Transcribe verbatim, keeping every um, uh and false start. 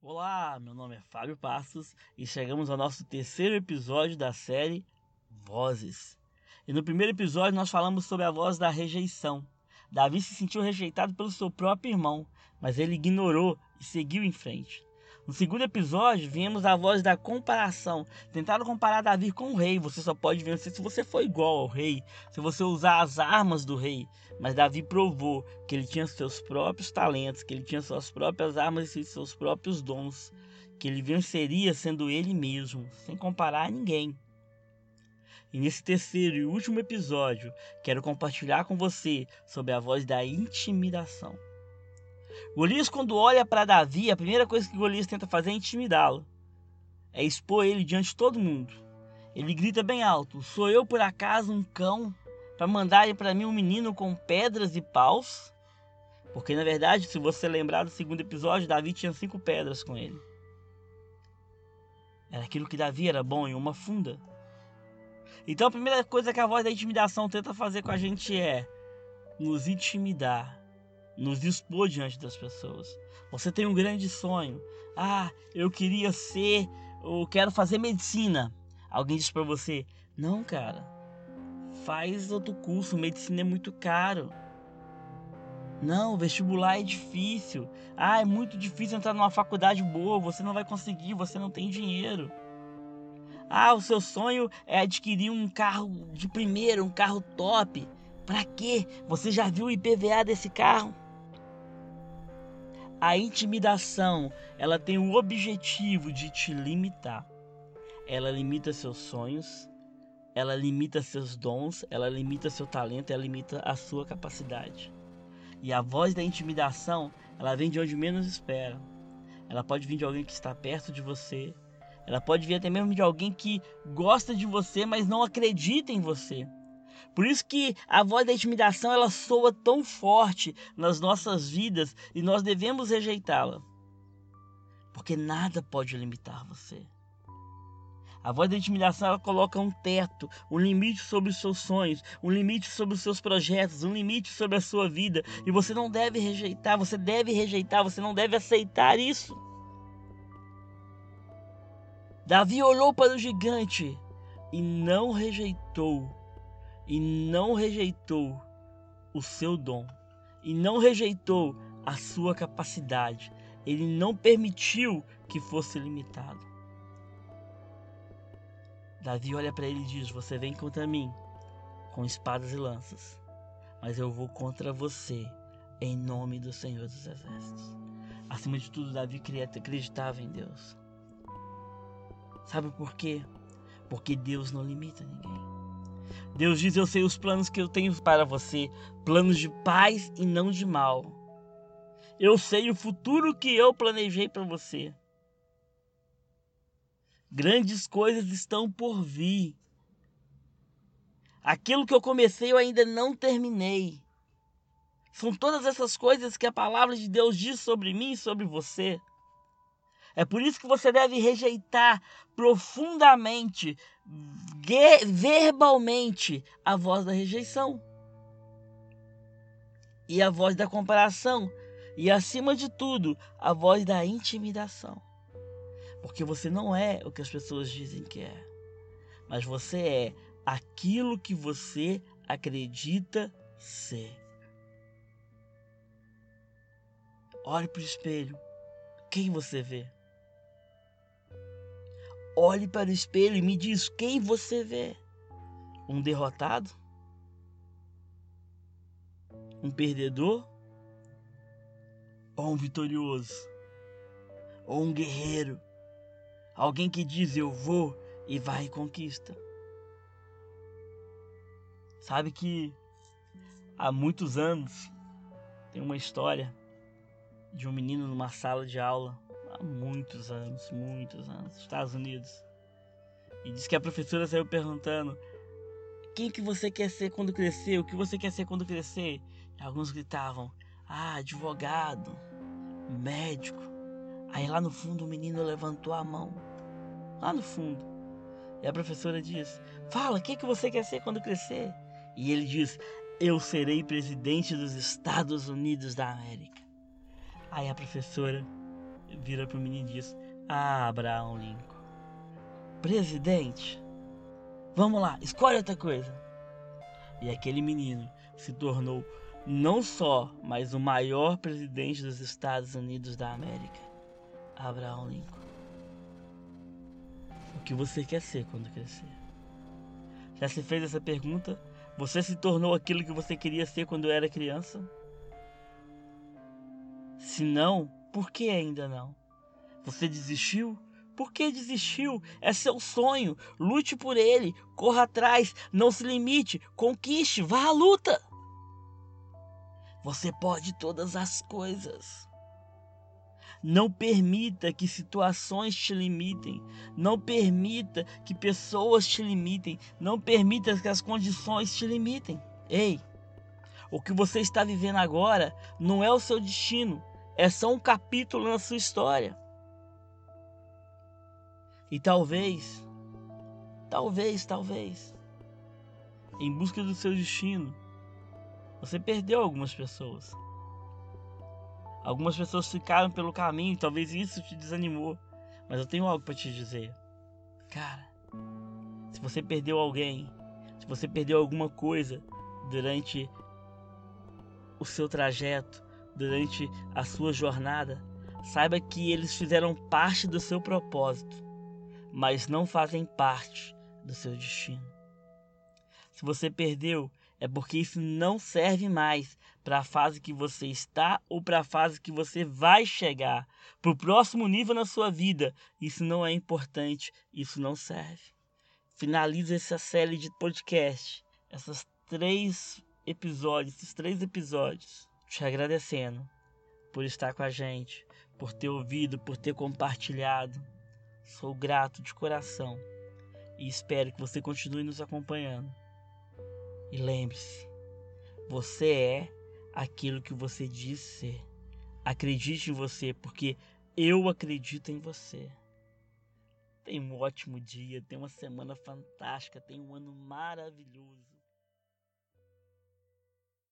Olá, meu nome é Fábio Passos e chegamos ao nosso terceiro episódio da série Vozes. E no primeiro episódio nós falamos sobre a voz da rejeição. Davi se sentiu rejeitado pelo seu próprio irmão, mas ele ignorou e seguiu em frente. No segundo episódio, vimos a voz da comparação. Tentaram comparar Davi com o rei. Você só pode vencer se você for igual ao rei, se você usar as armas do rei. Mas Davi provou que ele tinha seus próprios talentos, que ele tinha suas próprias armas e seus próprios dons, que ele venceria sendo ele mesmo, sem comparar a ninguém. E nesse terceiro e último episódio, quero compartilhar com você sobre a voz da intimidação. Golias, quando olha para Davi, a primeira coisa que Golias tenta fazer é intimidá-lo. É expor ele diante de todo mundo. Ele grita bem alto: sou eu por acaso um cão para mandar para mim um menino com pedras e paus? Porque na verdade, se você lembrar do segundo episódio, Davi tinha cinco pedras com ele. Era aquilo que Davi era bom, em uma funda. Então a primeira coisa que a voz da intimidação tenta fazer com a gente é nos intimidar, nos expor diante das pessoas. Você tem um grande sonho. Ah, eu queria ser, eu quero fazer medicina. Alguém diz pra você: não, cara, faz outro curso, medicina é muito caro. Não, vestibular é difícil. Ah, é muito difícil entrar numa faculdade boa, você não vai conseguir, você não tem dinheiro. Ah, o seu sonho é adquirir um carro de primeira, um carro top. Pra quê? Você já viu o I P V A desse carro? A intimidação, ela tem o objetivo de te limitar. Ela limita seus sonhos, ela limita seus dons, ela limita seu talento, ela limita a sua capacidade. E a voz da intimidação, ela vem de onde menos espera. Ela pode vir de alguém que está perto de você. Ela pode vir até mesmo de alguém que gosta de você, mas não acredita em você. Por isso que a voz da intimidação, ela soa tão forte nas nossas vidas e nós devemos rejeitá-la. Porque nada pode limitar você. A voz da intimidação, ela coloca um teto, um limite sobre os seus sonhos, um limite sobre os seus projetos, um limite sobre a sua vida. E você não deve rejeitar, você deve rejeitar, você não deve aceitar isso. Davi olhou para o gigante e não rejeitou. E não rejeitou o seu dom. E não rejeitou a sua capacidade. Ele não permitiu que fosse limitado. Davi olha para ele e diz: você vem contra mim com espadas e lanças, mas eu vou contra você em nome do Senhor dos Exércitos. Acima de tudo, Davi acreditava em Deus. Sabe por quê? Porque Deus não limita ninguém. Deus diz: eu sei os planos que eu tenho para você, planos de paz e não de mal. Eu sei o futuro que eu planejei para você. Grandes coisas estão por vir. Aquilo que eu comecei eu ainda não terminei. São todas essas coisas que a palavra de Deus diz sobre mim e sobre você. É por isso que você deve rejeitar profundamente, verbalmente, a voz da rejeição e a voz da comparação e, acima de tudo, a voz da intimidação. Porque você não é o que as pessoas dizem que é, mas você é aquilo que você acredita ser. Olhe para o espelho. Quem você vê? Olhe para o espelho e me diz quem você vê. Um derrotado? Um perdedor? Ou um vitorioso? Ou um guerreiro? Alguém que diz: eu vou, e vai e conquista. Sabe que há muitos anos tem uma história de um menino numa sala de aula. Há muitos anos, muitos anos, Estados Unidos. E diz que a professora saiu perguntando: quem que você quer ser quando crescer? O que você quer ser quando crescer? E alguns gritavam: ah, advogado, médico. Aí lá no fundo o menino levantou a mão. Lá no fundo. E a professora diz: fala, o que que você quer ser quando crescer? E ele diz: eu serei presidente dos Estados Unidos da América. Aí a professora vira pro menino e diz: Ah, Abraham Lincoln, presidente, vamos lá, escolhe outra coisa. E aquele menino se tornou não só, mas o maior presidente dos Estados Unidos da América, Abraham Lincoln. O que você quer ser quando crescer? Já se fez essa pergunta? Você se tornou aquilo que você queria ser quando era criança? Se não, por que ainda não? Você desistiu? Por que desistiu? É seu sonho. Lute por ele. Corra atrás. Não se limite. Conquiste. Vá à luta. Você pode todas as coisas. Não permita que situações te limitem. Não permita que pessoas te limitem. Não permita que as condições te limitem. Ei, o que você está vivendo agora não é o seu destino. É só um capítulo na sua história. E talvez, talvez, talvez, em busca do seu destino, você perdeu algumas pessoas. Algumas pessoas ficaram pelo caminho, talvez isso te desanimou. Mas eu tenho algo para te dizer. Cara, se você perdeu alguém, se você perdeu alguma coisa durante o seu trajeto, durante a sua jornada, saiba que eles fizeram parte do seu propósito, mas não fazem parte do seu destino. Se você perdeu, é porque isso não serve mais para a fase que você está ou para a fase que você vai chegar, para o próximo nível na sua vida. Isso não é importante, isso não serve. Finaliza essa série de podcast, essas três episódios, esses três episódios, te agradecendo por estar com a gente, por ter ouvido, por ter compartilhado. Sou grato de coração e espero que você continue nos acompanhando. E lembre-se, você é aquilo que você diz ser. Acredite em você, porque eu acredito em você. Tenha um ótimo dia, tenha uma semana fantástica, tenha um ano maravilhoso.